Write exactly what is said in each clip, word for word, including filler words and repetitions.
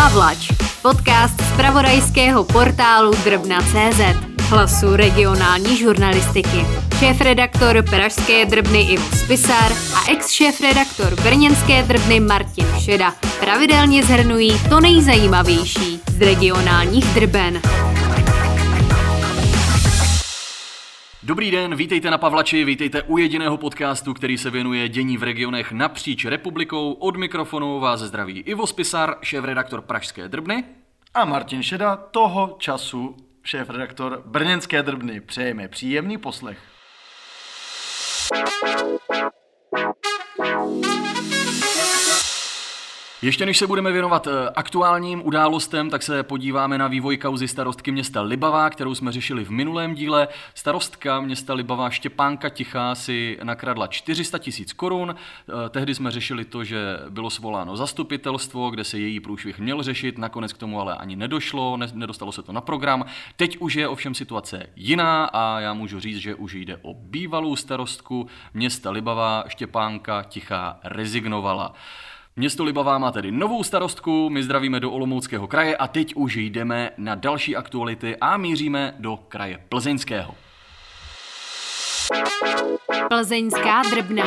Pavlač, podcast z pravodajského portálu Drbna tečka cé zet, hlasu regionální žurnalistiky. Šéfredaktor pražské Drbny Ivo Spisar a ex-šéfredaktor brněnské Drbny Martin Šeda pravidelně shrnují to nejzajímavější z regionálních drben. Dobrý den, vítejte na Pavlači, vítejte u jediného podcastu, který se věnuje dění v regionech napříč republikou. Od mikrofonu vás zdraví Ivo Spisar, šéfredaktor pražské Drbny. A Martin Šeda, toho času šéfredaktor brněnské Drbny. Přejeme příjemný poslech. Ještě než se budeme věnovat aktuálním událostem, tak se podíváme na vývoj kauzy starostky města Libavá, kterou jsme řešili v minulém díle. Starostka města Libavá Štěpánka Tichá si nakradla čtyři sta tisíc korun. Tehdy jsme řešili to, že bylo svoláno zastupitelstvo, kde se její průšvih měl řešit, nakonec k tomu ale ani nedošlo, nedostalo se to na program. Teď už je ovšem situace jiná a já můžu říct, že už jde o bývalou starostku města Libavá. Štěpánka Tichá rezignovala. Město Libavá má tedy novou starostku, my zdravíme do Olomouckého kraje a teď už jdeme na další aktuality a míříme do kraje Plzeňského. Plzeňská Drbna.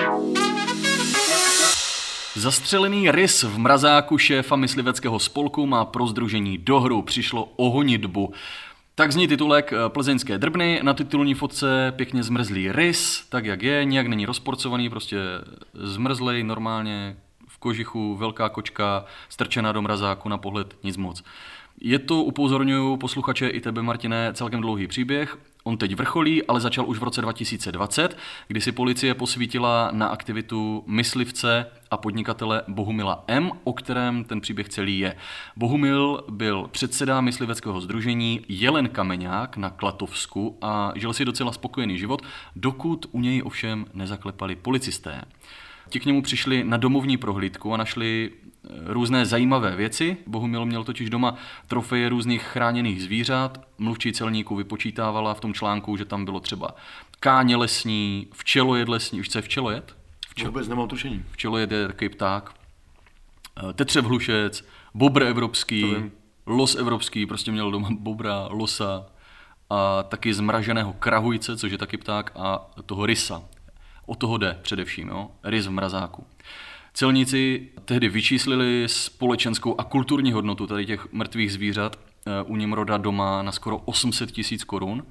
Zastřelený rys v mrazáku šéfa mysliveckého spolku má pro sdružení do hru, přišlo o honitbu. Tak zní titulek Plzeňské Drbny, na titulní fotce pěkně zmrzlý rys, tak jak je, nijak není rozporcovaný, prostě zmrzlej normálně, v kožichu, velká kočka, strčená do mrazáku, na pohled nic moc. Je to, upozorňuji posluchače i tebe, Martine, celkem dlouhý příběh. On teď vrcholí, ale začal už v roce dva tisíce dvacet, kdy si policie posvítila na aktivitu myslivce a podnikatele Bohumila M., o kterém ten příběh celý je. Bohumil byl předseda mysliveckého sdružení Jelen Kameňák na Klatovsku a žil si docela spokojený život, dokud u něj ovšem nezaklepali policisté. Ti k němu přišli na domovní prohlídku a našli různé zajímavé věci. Bohumil měl totiž doma trofeje různých chráněných zvířat. Mluvčí celníků vypočítávala v tom článku, že tam bylo třeba káně lesní, včelojed lesní. Víš, co je včelojed? Včel... Vůbec nemám tušení. Včelojed je takový pták. Tetřev hlušec, bobr evropský, los evropský, prostě měl doma bobra, losa a taky zmraženého krahujce, což je taky pták, a toho rysa. O toho jde především, jo? Rys v mrazáku. Celníci tehdy vyčíslili společenskou a kulturní hodnotu tady těch mrtvých zvířat u Nimroda doma na skoro osm set tisíc korun.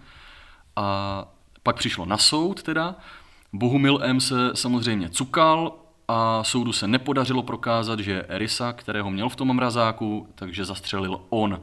A pak přišlo na soud teda. Bohumil M. se samozřejmě cukal a soudu se nepodařilo prokázat, že rysa, kterého měl v tom mrazáku, takže zastřelil on.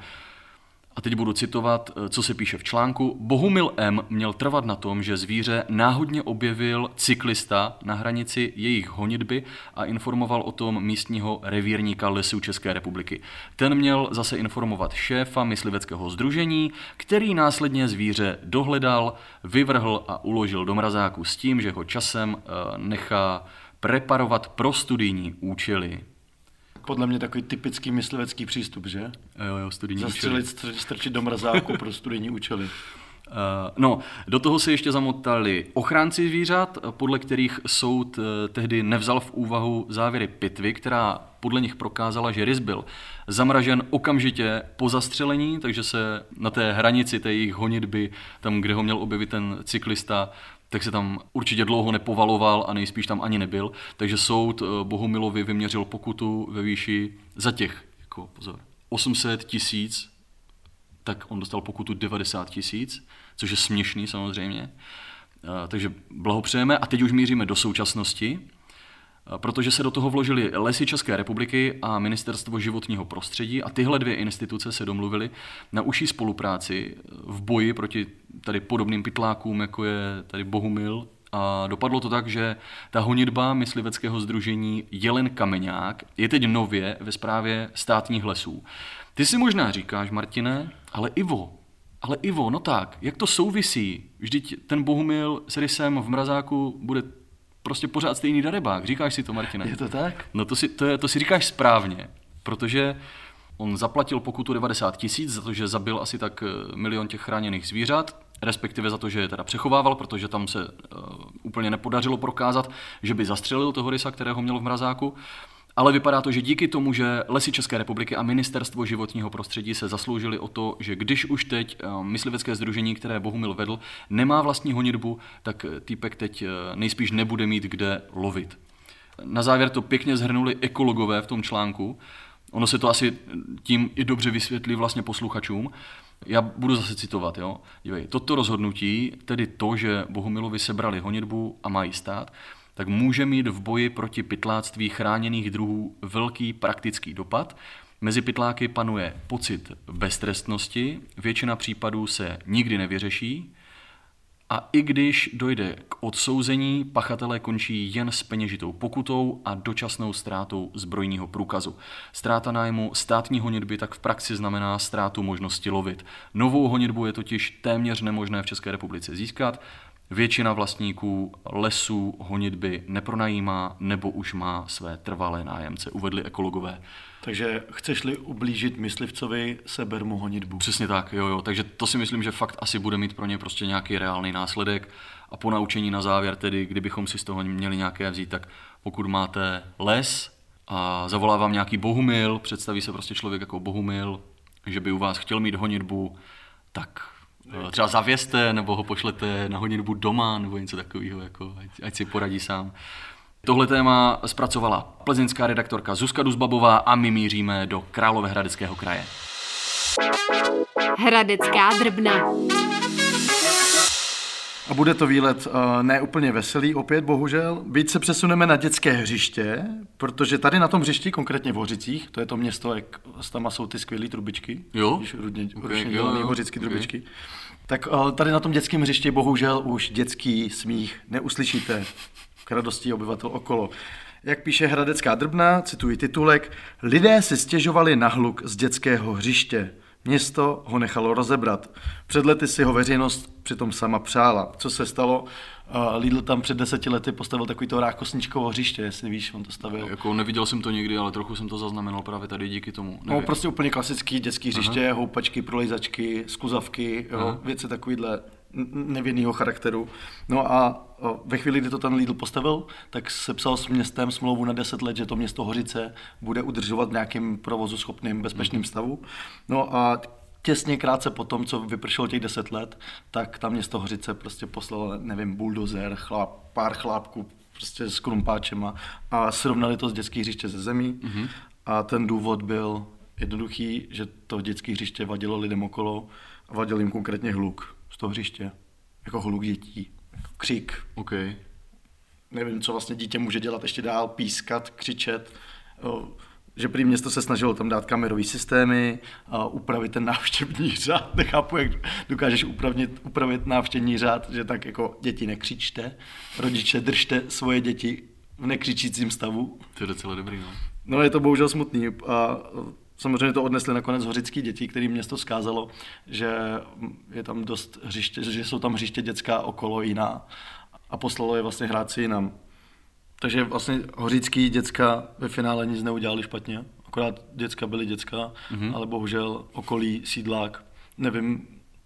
A teď budu citovat, co se píše v článku. Bohumil M. měl trvat na tom, že zvíře náhodně objevil cyklista na hranici jejich honitby a informoval o tom místního revírníka Lesů České republiky. Ten měl zase informovat šéfa mysliveckého sdružení, který následně zvíře dohledal, vyvrhl a uložil do mrazáku s tím, že ho časem nechá preparovat pro studijní účely. Podle mě takový typický myslivecký přístup, že? Jo, jo, studijní Zastřelit, účely. Strčit do mrazáku pro studijní účely. Uh, no, do toho se ještě zamotali ochránci zvířat, podle kterých soud uh, tehdy nevzal v úvahu závěry pitvy, která podle nich prokázala, že rys byl zamražen okamžitě po zastřelení, takže se na té hranici té jejich honitby, tam, kde ho měl objevit ten cyklista, tak se tam určitě dlouho nepovaloval a nejspíš tam ani nebyl. Takže soud Bohumilovi vyměřil pokutu ve výši za těch, jako pozor, osm set tisíc, tak on dostal pokutu devadesát tisíc, což je směšný samozřejmě. Takže blahopřejeme a teď už míříme do současnosti, protože se do toho vložili Lesy České republiky a Ministerstvo životního prostředí a tyhle dvě instituce se domluvily na užší spolupráci v boji proti tady podobným pytlákům, jako je tady Bohumil. A dopadlo to tak, že ta honitba mysliveckého sdružení Jelen Kameňák je teď nově ve správě státních lesů. Ty si možná říkáš, Martine, ale Ivo, ale Ivo, no tak, jak to souvisí? Vždyť ten Bohumil s rysem v mrazáku bude prostě pořád stejný darebák. Říkáš si to, Martine? Je to tak? No to si, to, je, to si říkáš správně, protože on zaplatil pokutu devadesát tisíc za to, že zabil asi tak milion těch chráněných zvířat, respektive za to, že je teda přechovával, protože tam se uh, úplně nepodařilo prokázat, že by zastřelil toho rysa, kterého měl v mrazáku. Ale vypadá to, že díky tomu, že Lesy České republiky a Ministerstvo životního prostředí se zasloužili o to, že když už teď myslivecké sdružení, které Bohumil vedl, nemá vlastní honitbu, tak týpek teď nejspíš nebude mít kde lovit. Na závěr to pěkně shrnuli ekologové v tom článku. Ono se to asi tím i dobře vysvětlí vlastně posluchačům. Já budu zase citovat, jo. Dívej, toto rozhodnutí, tedy to, že Bohumilovi sebrali honitbu a mají stát, tak může mít v boji proti pytláctví chráněných druhů velký praktický dopad. Mezi pytláky panuje pocit beztrestnosti, většina případů se nikdy nevyřeší a i když dojde k odsouzení, pachatelé končí jen s peněžitou pokutou a dočasnou ztrátou zbrojního průkazu. Ztráta nájmu státní honitby tak v praxi znamená ztrátu možnosti lovit. Novou honitbu je totiž téměř nemožné v České republice získat. Většina vlastníků lesů honitby nepronajímá nebo už má své trvalé nájemce, uvedli ekologové. Takže chceš-li ublížit myslivcovi, seber mu honitbu. Přesně tak, jo, jo. Takže to si myslím, že fakt asi bude mít pro ně prostě nějaký reálný následek. A po naučení na závěr tedy, kdybychom si z toho měli nějaké vzít, tak pokud máte les a zavolá vám nějaký Bohumil, představí se prostě člověk jako Bohumil, že by u vás chtěl mít honitbu, tak třeba zavěste, nebo ho pošlete na honitbu doma, nebo něco takového, jako, ať, ať si poradí sám. Tohle téma zpracovala plzeňská redaktorka Zuzka Duzbabová a my míříme do Královéhradeckého kraje. Hradecká drbna. A bude to výlet uh, ne úplně veselý, opět bohužel. Byť se přesuneme na dětské hřiště, protože tady na tom hřišti, konkrétně v Hořicích, to je to město, jak tam jsou ty skvělé trubičky, jo? Když rudně, Okay, rudně jo, jo. hořické Okay. trubičky. Tak uh, tady na tom dětském hřišti bohužel už dětský smích neuslyšíte k radosti obyvatel okolo. Jak píše Hradecká drbna, cituji titulek, lidé si stěžovali na hluk z dětského hřiště. Město ho nechalo rozebrat. Před lety si ho veřejnost přitom sama přála. Co se stalo? Lidl tam před deseti lety postavil takovýto rákosničkovo hřiště, jestli víš, on to stavil. Jako neviděl jsem to nikdy, ale trochu jsem to zaznamenal právě tady díky tomu. Nevím. No prostě úplně klasický dětský hřiště, Aha. houpačky, prolejzačky, skluzavky, jo, věci takovýhle nevinného charakteru. No a ve chvíli, kdy to ten Lidl postavil, tak se psal s městem smlouvu na deset let, že to město Hořice bude udržovat v nějakém provozu schopným, bezpečným stavu. No a těsně krátce po tom, co vypršelo těch deset let, tak tam město Hořice prostě poslalo, nevím, buldozer, chláp, pár chlápků prostě s krumpáčema a srovnali to s dětský hřiště ze zemí. Mm-hmm. A ten důvod byl jednoduchý, že to dětské hřiště vadilo lidem okolo a vadil jim konkrétně hluk z toho hřiště. Jako hluk dětí, jako křik. Okay. Nevím, co vlastně dítě může dělat ještě dál, pískat, křičet. Že prý město se snažilo tam dát kamerový systémy a upravit ten návštěvní řád. Nechápu, jak dokážeš upravit, upravit návštěvní řád, že tak jako děti nekřičte, rodiče držte svoje děti v nekřičícím stavu. To je docela dobrý, no. No je to bohužel smutný a samozřejmě to odnesli nakonec hořický děti, kterým město vzkázalo, že je tam dost hřiště, že jsou tam hřiště dětská okolo jiná a poslalo je vlastně hrát si jinam. Takže vlastně hořický děcka ve finále nic neudělali špatně, akorát děcka byly děcka, mm-hmm. ale bohužel okolí sídlák, nevím,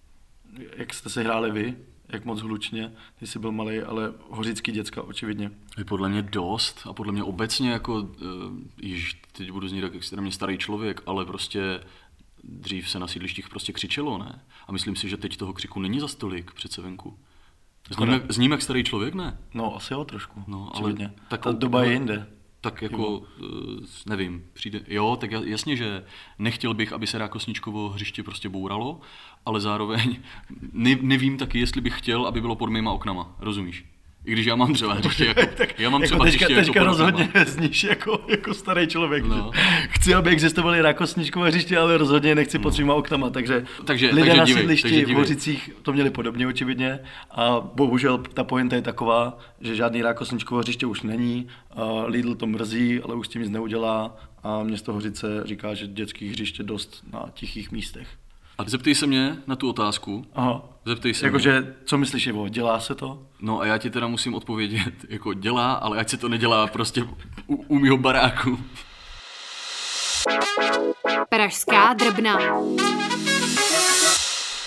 jak jste se hráli vy, jak moc hlučně, ty jsi byl malej, ale hořický děcka očividně. Je podle mě dost a podle mě obecně jako, uh, již teď budu znít jak extrémně starý člověk, ale prostě dřív se na sídlištích prostě křičelo, ne? A myslím si, že teď toho křiku není za stolik přece venku. Zním, zním jak starý člověk, ne? No, asi jo, trošku. No, ale tak ta doba je jinde. Tak jako, nevím, přijde, jo, tak jasně, že nechtěl bych, aby se rákosničkovo hřiště prostě bouralo, ale zároveň ne, nevím taky, jestli bych chtěl, aby bylo pod mýma oknama, rozumíš? I když já mám třeba hřiště jako, já mám třeba jako teďka, hřiště teďka jako rozhodně zníš jako, jako starý člověk. No. Chci, aby existovaly rákosničkové hřiště, ale rozhodně nechci pod svýma oknama, takže, takže lidé takže na sídlišti v Hořicích to měli podobně očividně a bohužel ta pointa je taková, že žádný rákosničkové hřiště už není, a Lidl to mrzí, ale už s tím nic neudělá a město Hořice říká, že dětských hřiště dost na tichých místech. A zeptej se mě na tu otázku. Aha. Zeptej se Jakože, mě. Co myslíš, Ivo, dělá se to? No a já ti teda musím odpovědět, jako dělá, ale ať se to nedělá prostě u, u mýho baráku. Pražská drbna.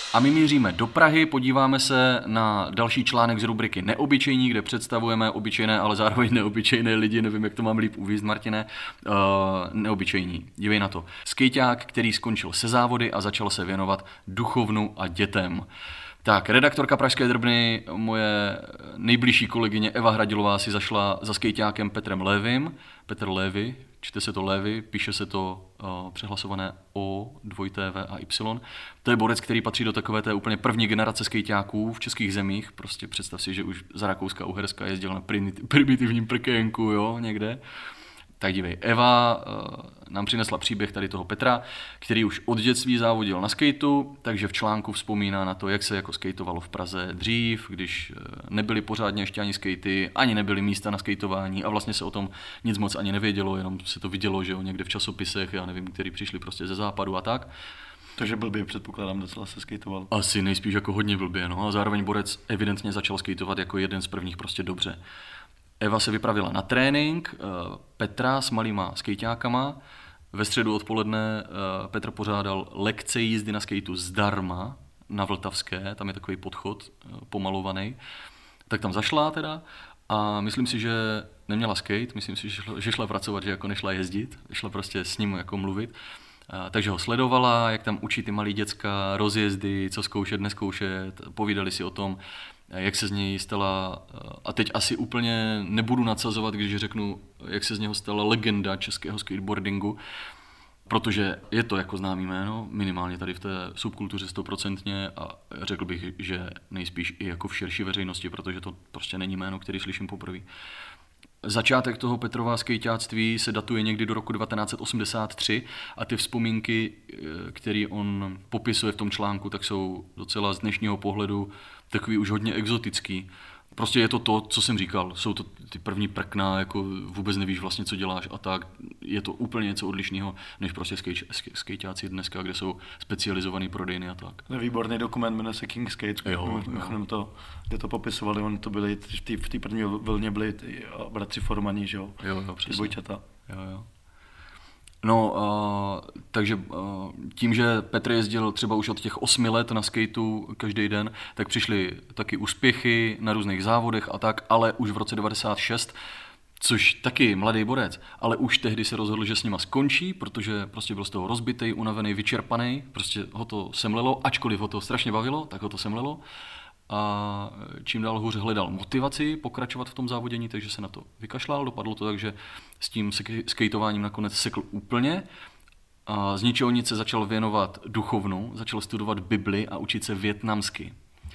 A my míříme do Prahy, podíváme se na další článek z rubriky Neobyčejní, kde představujeme obyčejné, ale zároveň neobyčejné lidi, nevím, jak to mám líp uvízt, Martine. Uh, neobyčejní, dívej na to. Skejťák, který skončil se závody a začal se věnovat duchovnu a dětem. Tak, redaktorka Pražské drbny, moje nejbližší kolegyně Eva Hradilová si zašla za skejťákem Petrem Lévym. Petr Lévy, čte se to Lévy, píše se to uh, přehlasované O, dvojité V a Y. To je borec, který patří do takové té úplně první generace skejťáků v českých zemích. Prostě představ si, že už za Rakouska Uherska jezdil na primitivním prkénku, jo, někde. Tak dívej, Eva uh, nám přinesla příběh tady toho Petra, který už od dětství závodil na skejtu, takže v článku vzpomíná na to, jak se jako skejtovalo v Praze dřív, když uh, nebyly pořádně ještě ani skejty, ani nebyly místa na skejtování a vlastně se o tom nic moc ani nevědělo, jenom se to vidělo, že jo, někde v časopisech, já nevím, který přišli prostě ze západu a tak. Takže blbě, předpokládám, docela se skejtoval. Asi nejspíš jako hodně blbě, no a zároveň borec evidentně začal skejtovat jako jeden z prvních prostě dobře. Eva se vypravila na trénink, Petra s malýma skejťákama. Ve středu odpoledne Petr pořádal lekce jízdy na skejtu zdarma na Vltavské, tam je takový podchod pomalovaný. Tak tam zašla teda a myslím si, že neměla skate, myslím si, že šla, že šla pracovat, že jako nešla jezdit, šla prostě s ním jako mluvit. Takže ho sledovala, jak tam učí ty malý děcka, rozjezdy, co zkoušet, neskoušet, povídali si o tom, jak se z něj stala, a teď asi úplně nebudu nadsazovat, když řeknu, jak se z něho stala legenda českého skateboardingu, protože je to jako známý jméno, minimálně tady v té subkultuře stoprocentně a řekl bych, že nejspíš i jako v širší veřejnosti, protože to prostě není jméno, který slyším poprvé. Začátek toho Petrova skejťáctví se datuje někdy do roku devatenáct set osmdesát tři a ty vzpomínky, které on popisuje v tom článku, tak jsou docela z dnešního pohledu takový už hodně exotický. Prostě je to to, co jsem říkal, jsou to ty první prkna, jako vůbec nevíš vlastně, co děláš a tak. Je to úplně něco odlišného, než prostě skejťáci dneska, kde jsou specializovaný prodejny a tak. To je výborný dokument, jmenuje se King Skate, jo, jo. To, kde to popisovali, oni to byli, v té první vlně byli ty bratři Formani, že jo? Jo, jo, přesně. Dvojčata. Jo, jo. No, uh, takže uh, tím, že Petr jezdil třeba už od těch osmi let na skateu každý den, tak přišly taky úspěchy na různých závodech a tak, ale už v roce devadesát šest, což taky mladý borec, ale už tehdy se rozhodl, že s nima skončí, protože prostě byl z toho rozbitej, unavený, vyčerpaný, prostě ho to semlelo, ačkoliv ho to strašně bavilo, tak ho to semlelo. A čím dál hůř hledal motivaci pokračovat v tom závodění, takže se na to vykašlal. Dopadlo to tak, že s tím skejtováním nakonec sekl úplně. A z ničeho nic se začal věnovat duchovnu, začal studovat Bibli a učit se vietnamsky.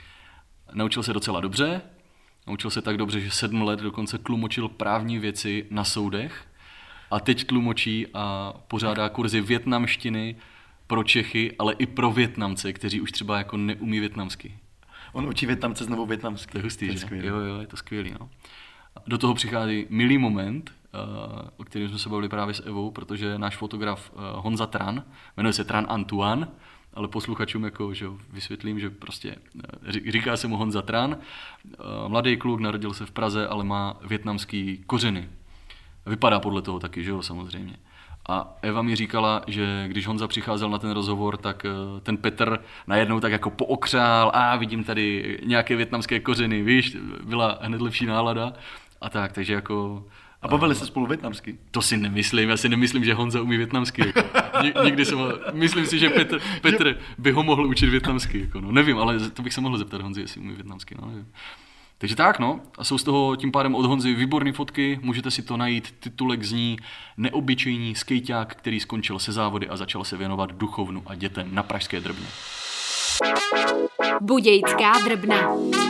Naučil se docela dobře, naučil se tak dobře, že sedm let dokonce tlumočil právní věci na soudech a teď tlumočí a pořádá kurzy vietnamštiny pro Čechy, ale i pro Vietnamce, kteří už třeba jako neumí vietnamsky. On učí Vietnamce znovu vietnamsky. To je hustý, že? Skvělý. Jo, jo, je to skvělý, no. Do toho přichází milý moment, uh, o kterém jsme se bavili právě s Evou, protože náš fotograf uh, Honza Tran, jmenuje se Tran Antoine, ale posluchačům jako, že vysvětlím, že prostě uh, říká se mu Honza Tran. Uh, mladý kluk, narodil se v Praze, ale má vietnamský kořeny. Vypadá podle toho taky, že jo, samozřejmě. A Eva mi říkala, že když Honza přicházel na ten rozhovor, tak ten Petr najednou tak jako pookřál, a vidím tady nějaké vietnamské kořeny, víš, byla hned lepší nálada a tak, takže jako... A bavili se spolu vietnamsky? To si nemyslím, já si nemyslím, že Honza umí vietnamsky. Jako. Nikdy jsem ho, myslím si, že Petr, Petr by ho mohl učit vietnamsky, jako no. Nevím, ale to bych se mohl zeptat Honzi, jestli umí vietnamsky, no nevím. Takže tak, no, a jsou z toho tím pádem od Honzy výborné fotky, můžete si to najít, titulek zní Neobyčejný skejťák, který skončil se závody a začal se věnovat duchovnu a dětem na Pražské drbně. Budějská drbna.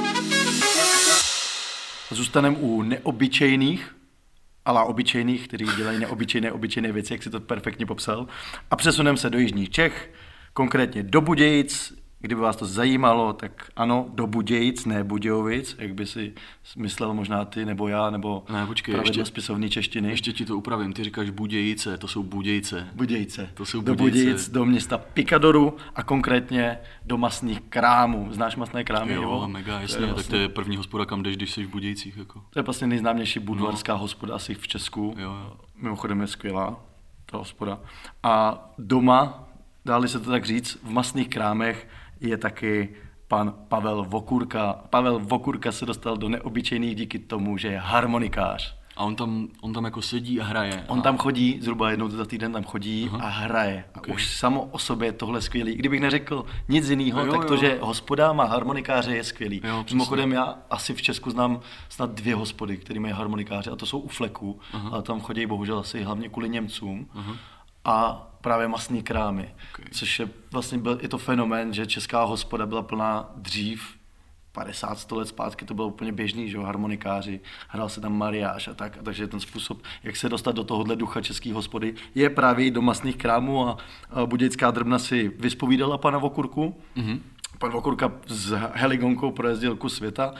Zůstaneme u neobyčejných, ale obyčejných, kteří dělají neobyčejné, obyčejné věci, jak si to perfektně popsal, a přesuneme se do jižních Čech, konkrétně do Budějic. Kdyby vás to zajímalo, tak ano, do Budějic, ne Budějovic, jak by si myslel možná ty, nebo já, nebo ne, počkej, pravidlo ještě, spisovní češtiny. Ještě ti to upravím, ty říkáš Budějice, to jsou Budějce. Budějce. To jsou do Budějce. Budějic, do města Pikadoru a konkrétně do masných krámů. Znáš masné krámy? Jo, jo? mega, jasně, to tak vlastně, to je první hospoda, kam jdeš, když jsi v Budějcích. Jako. To je vlastně nejznámější budvarská no. hospoda asi v Česku. Jo, jo. Mimochodem je skvělá ta hospoda. A doma, dá-li se to tak říct, v masných krámech je taky pan Pavel Vokurka. Pavel Vokurka se dostal do neobyčejných díky tomu, že je harmonikář. A on tam, on tam jako sedí a hraje. On a... tam chodí, zhruba jednou za týden tam chodí Aha. a hraje. A okay. Už samo o sobě je tohle skvělý. Kdybych neřekl nic jiného, tak to, že hospoda má harmonikáře, je skvělý. Jo, mimochodem já asi v Česku znám snad dvě hospody, které mají harmonikáře, a to jsou u Fleku, Aha. ale tam chodí bohužel asi hlavně kvůli Němcům. Aha. A právě masný krámy, okay. což je vlastně byl i to fenomén, že česká hospoda byla plná dřív, padesát sto let zpátky to bylo úplně běžný, že jo, harmonikáři, hrál se tam mariáš a tak, a takže ten způsob, jak se dostat do tohohle ducha české hospody, je právě do masných krámů a, a Budějská Drbna si vyspovídala pana Vokurku. Mm-hmm. Pan Vokurka s heligonkou projezdil kus světa,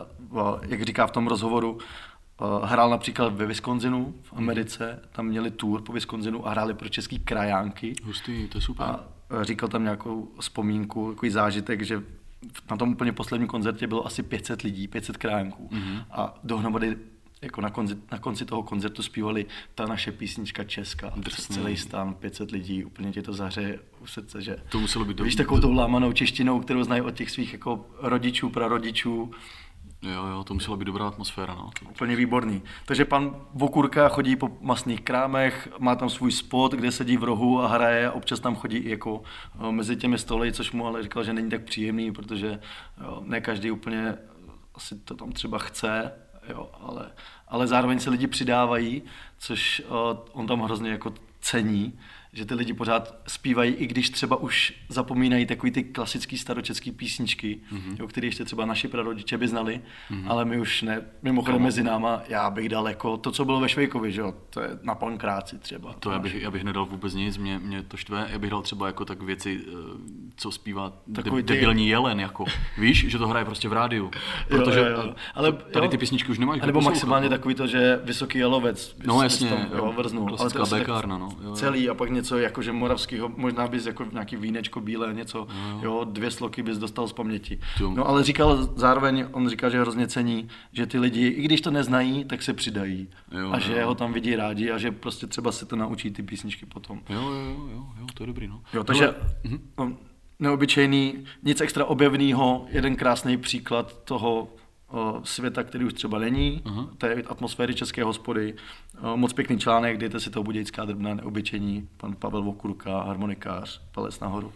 jak říká v tom rozhovoru, hrál například ve Wisconsinu v Americe, tam měli tour po Wisconsinu a hráli pro český krajánky. Hustý, to je super. A říkal tam nějakou vzpomínku, takový zážitek, že na tom úplně posledním koncertě bylo asi pět set lidí, pět set krajánků. Mm-hmm. A dohromady jako na konci, na konci toho koncertu zpívali ta naše písnička česká. Přes celý stan, pět set lidí, úplně tě to zahřeje u srdce, že to muselo být víš, takovou tou lámanou češtinou, kterou znají od těch svých jako rodičů, prarodičů. Jo, jo, to musela být dobrá atmosféra, no. Úplně výborný. Takže pan Vokurka chodí po masných krámech, má tam svůj spot, kde sedí v rohu a hraje, a občas tam chodí i jako mezi těmi stoly, což mu ale říkal, že není tak příjemný, protože jo, ne každý úplně asi to tam třeba chce, jo, ale, ale zároveň se lidi přidávají, což uh, on tam hrozně jako cení, že ty lidi pořád zpívají, i když třeba už zapomínají takový ty klasický staročeský písničky, mm-hmm. jo, které ještě třeba naši prarodiče by znali, mm-hmm. ale my už ne. Mimochodem mezi náma, já bych dal jako to, co bylo ve Švejkovi, že jo, to je na Pankráci třeba. To já bych, já bych nedal vůbec nic, mě, mě to štve, já bych dal třeba jako tak věci, co zpívá de, debilní ty... jelen, jako, víš, že to hraje prostě v rádiu, protože jo, jo, jo. Ale, tady jo. ty písničky už nemáš. A nebo maximálně takový to, že Vysoký Jalovec, no jasně, tam, jo, vrznul, ale to békárna, no. Jo, celý a pak něco jakože moravskýho, možná bys jako nějaký vínečko bílé, něco, no. jo, dvě sloky bys dostal z paměti. No ale říkal zároveň, on říká, že hrozně cení, že ty lidi, i když to neznají, tak se přidají. Jo, a že jo. ho tam vidí rádi a že prostě třeba se to naučí ty písničky potom. Jo, jo, jo, jo, to je dobrý, no. Jo, takže no, neobyčejný, nic extra objevného, jeden krásný příklad toho o, světa, který už třeba není, uh-huh. té atmosféry české hospody. O, moc pěkný článek, dejte si to, Budějská Drbna, neobyčejní, pan Pavel Vokurka, harmonikář, palec nahoru.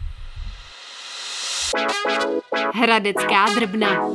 Hradecká Drbna.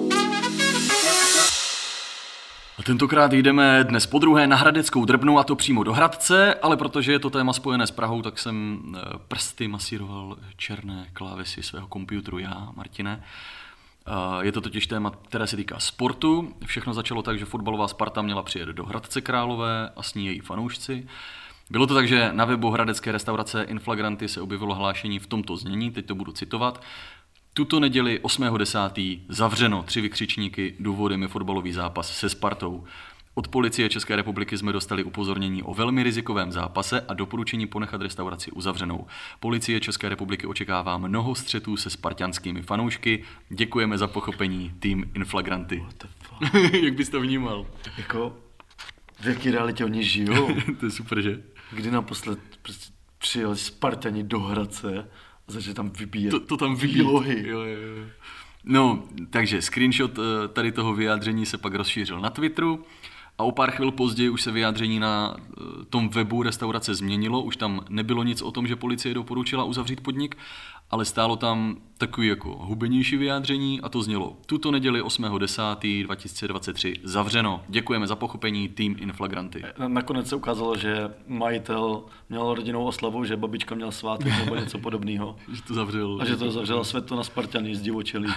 A tentokrát jdeme dnes podruhé na Hradeckou Drbnu, a to přímo do Hradce, ale protože je to téma spojené s Prahou, tak jsem prsty masíroval černé klávesy svého počítače já, Martine. Je to totiž téma, které se týká sportu. Všechno začalo tak, že fotbalová Sparta měla přijet do Hradce Králové a s ní její fanoušci. Bylo to tak, že na webu hradecké restaurace Inflagranty se objevilo hlášení v tomto znění, teď to budu citovat. Tuto neděli osmého desátého zavřeno, tři vykřičníky, důvodem je fotbalový zápas se Spartou. Od policie České republiky jsme dostali upozornění o velmi rizikovém zápase a doporučení ponechat restauraci uzavřenou. Policie České republiky očekává mnoho střetů se spartanskými fanoušky. Děkujeme za pochopení, tým Inflagranty. Jak bys to vnímal? Jako, v jaký realitě oni žijou? To je super, že? Kdy naposled prostě přijeli Spartani do Hradce a začali tam vybíjet to, to tam výlohy. Jo, jo, jo. No, takže screenshot tady toho vyjádření se pak rozšířil na Twitteru. A o pár chvil později už se vyjádření na tom webu restaurace změnilo, už tam nebylo nic o tom, že policie doporučila uzavřít podnik, ale stálo tam takový jako hubenější vyjádření a to znělo: tuto neděli osmého desátého dva tisíce dvacet tři zavřeno. Děkujeme za pochopení, tým Inflagranty. Nakonec se ukázalo, že majitel měl rodinnou oslavu, že babička měla svátek nebo něco podobného. Že to zavřel. A že to zavřela světlo na Spartany zdivočelí.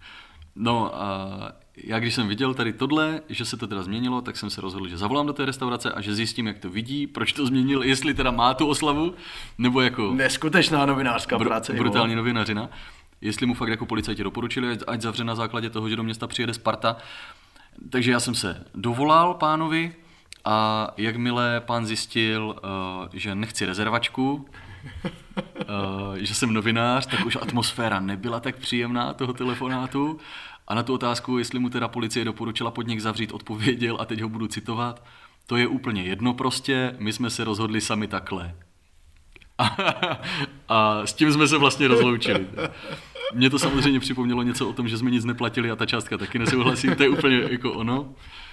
No a já když jsem viděl tady tohle, že se to teda změnilo, tak jsem se rozhodl, že zavolám do té restaurace a že zjistím, jak to vidí, proč to změnil, jestli teda má tu oslavu, nebo jako... Neskutečná novinářská br- práce. Brutální novinářina. Jestli mu fakt jako policajti doporučili, ať zavře na základě toho, že do města přijede Sparta. Takže já jsem se dovolal pánovi a jakmile pán zjistil, uh, že nechci rezervačku, Uh, že jsem novinář, tak už atmosféra nebyla tak příjemná toho telefonátu a na tu otázku, jestli mu teda policie doporučila podnik zavřít, odpověděl, a teď ho budu citovat: to je úplně jedno prostě, my jsme se rozhodli sami takhle. A, a s tím jsme se vlastně rozloučili. Mně to samozřejmě připomnělo něco o tom, že jsme nic neplatili a ta částka taky nesouhlasí, to je úplně jako ono.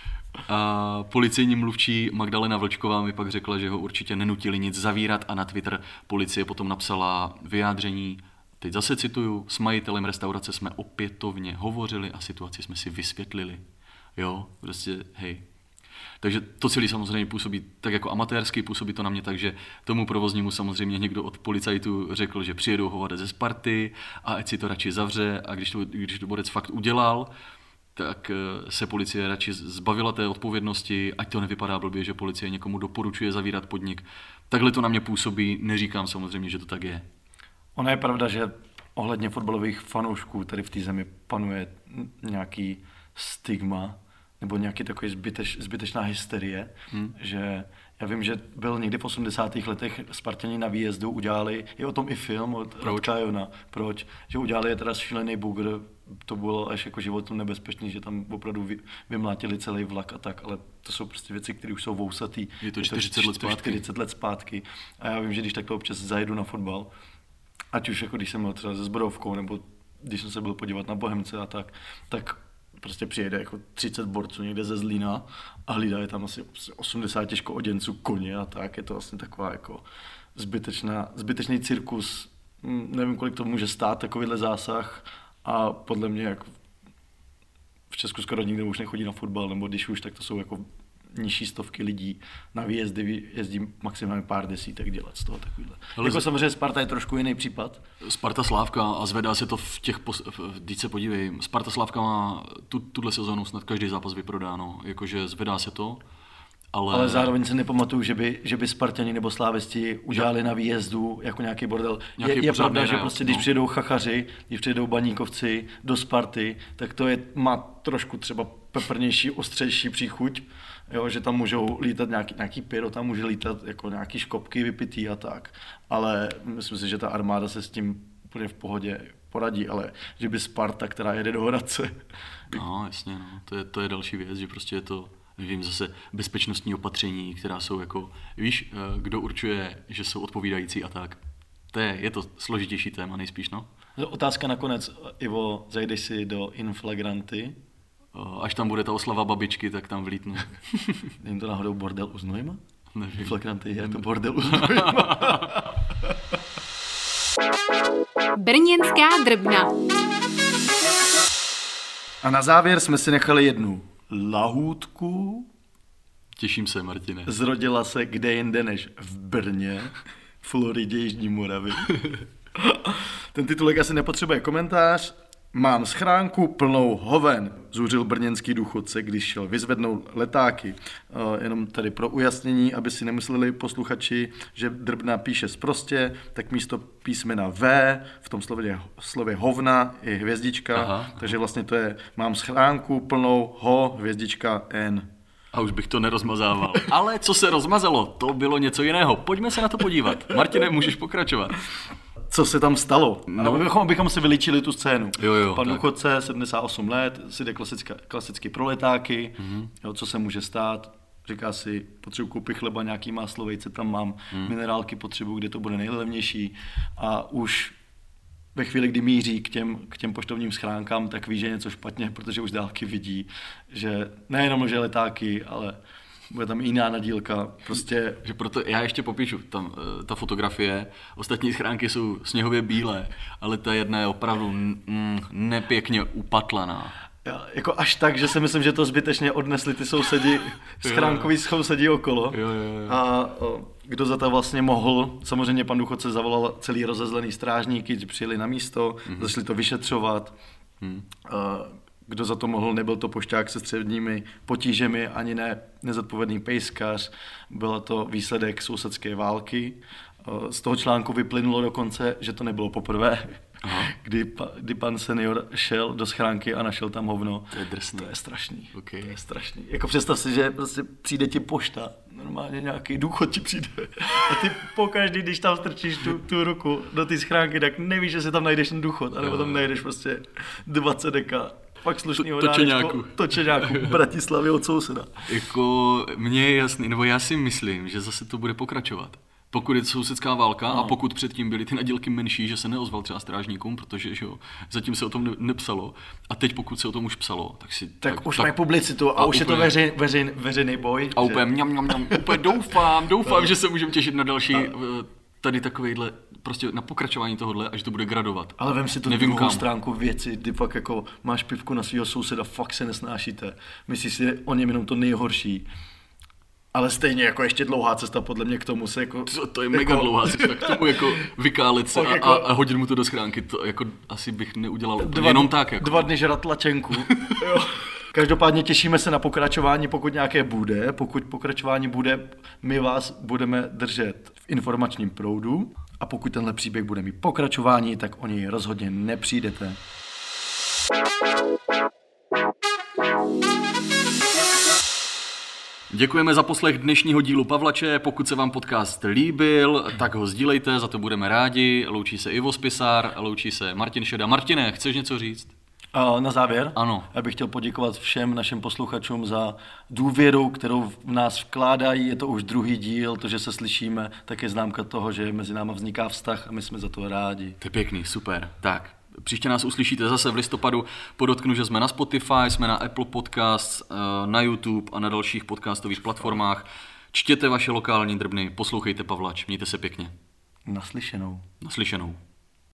A policejní mluvčí Magdalena Vlčková mi pak řekla, že ho určitě nenutili nic zavírat a na Twitter policie potom napsala vyjádření, teď zase cituju, s majitelem restaurace jsme opětovně hovořili a situaci jsme si vysvětlili. Jo, prostě hej. Takže to celé samozřejmě působí tak jako amatérsky, působí to na mě tak, že tomu provoznímu samozřejmě někdo od policajtů řekl, že přijedou ho ze Sparty a ať si to radši zavře a když to, když to borec fakt udělal, tak se policie radši zbavila té odpovědnosti, ať to nevypadá blbě, že policie někomu doporučuje zavírat podnik. Takhle to na mě působí, neříkám samozřejmě, že to tak je. Ono je pravda, že ohledně fotbalových fanoušků tady v té zemi panuje nějaký stigma, nebo nějaký takový zbyteč, zbytečná hysterie, hmm. že já vím, že byl někdy v osmdesátých letech Spartani na výjezdu, udělali, je o tom i film od Radka Jona, proč, že udělali je teda šílený bugr, to bylo až jako životu nebezpečný, že tam opravdu vy, vymlátili celý vlak a tak, ale to jsou prostě věci, které už jsou vousatý. Je to čtyřicet let zpátky. čtyřicet let zpátky. A já vím, že když takto občas zajedu na fotbal, ať už jako když jsem byl třeba se Zborovkou, nebo když jsem se byl podívat na Bohemce a tak, tak prostě přijede jako třicet borců někde ze Zlína a hlídá je tam asi osmdesát těžko oděnců koně a tak. Je to vlastně taková jako zbytečná, zbytečný cirkus. Nevím, kolik to může stát, takovýhle zásah a podle mě jako v Česku skoro nikdo už nechodí na fotbal, nebo když už, tak to jsou jako nižší stovky lidí. Na výjezdy jezdí maximálně pár desítek dělat z toho takovýhle. Ale jako z... samozřejmě Sparta je trošku jiný případ. Sparta Slávka a zvedá se to v těch, pos... když se podívej, Sparta Slávka má tu, tuhle sezónu snad každý zápas vyprodáno, jakože zvedá se to. Ale... ale zároveň se nepamatuju, že by, že by Spartani nebo Slávisti udělali na výjezdu jako nějaký bordel. Nějaký je je pravda, ne, že prostě když no. přijedou chachaři, když přijedou baníkovci do Sparty, tak to je, má trošku třeba peprnější, ostřejší příchuť. Jo, že tam můžou lítat nějaký, nějaký pyro, tam může lítat jako nějaký škopky vypitý a tak. Ale myslím si, že ta armáda se s tím úplně v pohodě poradí, ale že by Sparta, která jede do Hradce. No, jasně, no. To je, to je další věc, že prostě je to, nevím, zase bezpečnostní opatření, která jsou jako, víš, kdo určuje, že jsou odpovídající a tak. To je, je to složitější téma nejspíš, no. Otázka nakonec, Ivo, zajdeš si do Inflagranty? Až tam bude ta oslava babičky, tak tam vlítnu. Není to náhodou bordel u Znojma? Nevím. Inflagranty je to bordel u Znojma. Brněnská drbna. A na závěr jsme si nechali jednu lahůdku. Těším se, Martine. Zrodila se kde jinde než v Brně, Floridě, Jižní Moravy. Ten titulek asi nepotřebuje komentář. Mám schránku plnou hoven, zuřil brněnský důchodce, když šel vyzvednout letáky. Uh, jenom tady pro ujasnění, aby si nemysleli posluchači, že Drbna píše sprostě, tak místo písmena V v tom slově, slově hovna je hvězdička, aha, takže vlastně to je mám schránku plnou ho, hvězdička N. A už bych to nerozmazával. Ale co se rozmazalo, to bylo něco jiného. Pojďme se na to podívat. Martine, můžeš pokračovat. Co se tam stalo? No. Abychom, abychom si vylíčili tu scénu. Jo, jo, Pan důchodce, sedmdesát osm let, si jde klasicky pro letáky, mm-hmm. jo, co se může stát. Říká si, potřebuji koupit chleba, nějaký máslo, vejce tam mám, mm. minerálky potřebuji, kde to bude nejlevnější. A už ve chvíli, kdy míří k těm, k těm poštovním schránkám, tak ví, že je něco špatně, protože už dálky vidí, že nejenom, že letáky, ale bude tam jiná nadílka, prostě. Že proto já ještě popíšu, tam ta fotografie, ostatní schránky jsou sněhově bílé, ale ta jedna je opravdu mm, nepěkně upatlaná. Já, jako až tak, že si myslím, že to zbytečně odnesli ty sousedi, schránkoví sousedí okolo. Jo, jo, jo. A o, kdo za to vlastně mohl, samozřejmě pan důchodce zavolal celý rozezlený strážníky, přijeli na místo, mm-hmm. začali to vyšetřovat. Mm. A, kdo za to mohl, nebyl to pošťák se středními potížemi, ani ne nezodpovědný pejskař, byl to výsledek sousedské války. Z toho článku vyplynulo dokonce, že to nebylo poprvé, kdy, kdy pan senior šel do schránky a našel tam hovno. To je drsný. To je strašný. Okay. To je strašný. Jako představ si, že prostě přijde ti pošta, normálně nějaký důchod ti přijde a ty pokaždý, když tam strčíš tu, tu ruku do té schránky, tak nevíš, že si tam najdeš ten důchod, anebo tam najdeš prostě dvacet deka. Fakt slušnýho točeňáku. Točeňáku v Bratislavě od souseda. Jako mně je jasný, nebo já si myslím, že zase to bude pokračovat. pokud je sousedská válka no. a pokud předtím byly ty nadělky menší, že se neozval třeba strážníkům, protože že jo, zatím se o tom ne- nepsalo a teď pokud se o tom už psalo, tak si... Tak, tak už tak, mají publicitu a, a už úplně, je to veřej, veřej, veřejný boj. A úplně mňam, mňam, mňam, úplně doufám, doufám, že se můžeme těšit na další a... tady takovejhle, prostě na pokračování tohohle, až to bude gradovat. Ale vem si tu Nevím druhou kam. stránku věci, kdy fakt jako máš pivku na svého souseda, fakt se nesnášíte. Myslíš si o něm jenom to nejhorší. Ale stejně jako ještě dlouhá cesta podle mě k tomu se jako... To, to je jako, mega dlouhá cesta, k tomu jako vykálit se a, jako, a, a hodit mu to do schránky, to jako asi bych neudělal dva, jenom tak. Jako. Dva dny žrat tlačenku. Jo. Každopádně těšíme se na pokračování, pokud nějaké bude. Pokud pokračování bude, my vás budeme držet v informačním proudu. A pokud tenhle příběh bude mít pokračování, tak o něj rozhodně nepřijdete. Děkujeme za poslech dnešního dílu Pavlače. Pokud se vám podcast líbil, tak ho sdílejte, za to budeme rádi. Loučí se Ivo Spisar, loučí se Martin Šeda. Martine, chceš něco říct? A na závěr, ano. Já bych chtěl poděkovat všem našim posluchačům za důvěru, kterou v nás vkládají. Je to už druhý díl, to, že se slyšíme, tak je známka toho, že mezi náma vzniká vztah a my jsme za to rádi. To je pěkný, super. Tak, příště nás uslyšíte zase v listopadu. Podotknu, že jsme na Spotify, jsme na Apple Podcasts, na YouTube a na dalších podcastových platformách. Čtěte vaše lokální drbny, poslouchejte Pavlač, mějte se pěkně. Naslyšenou. Naslyšenou.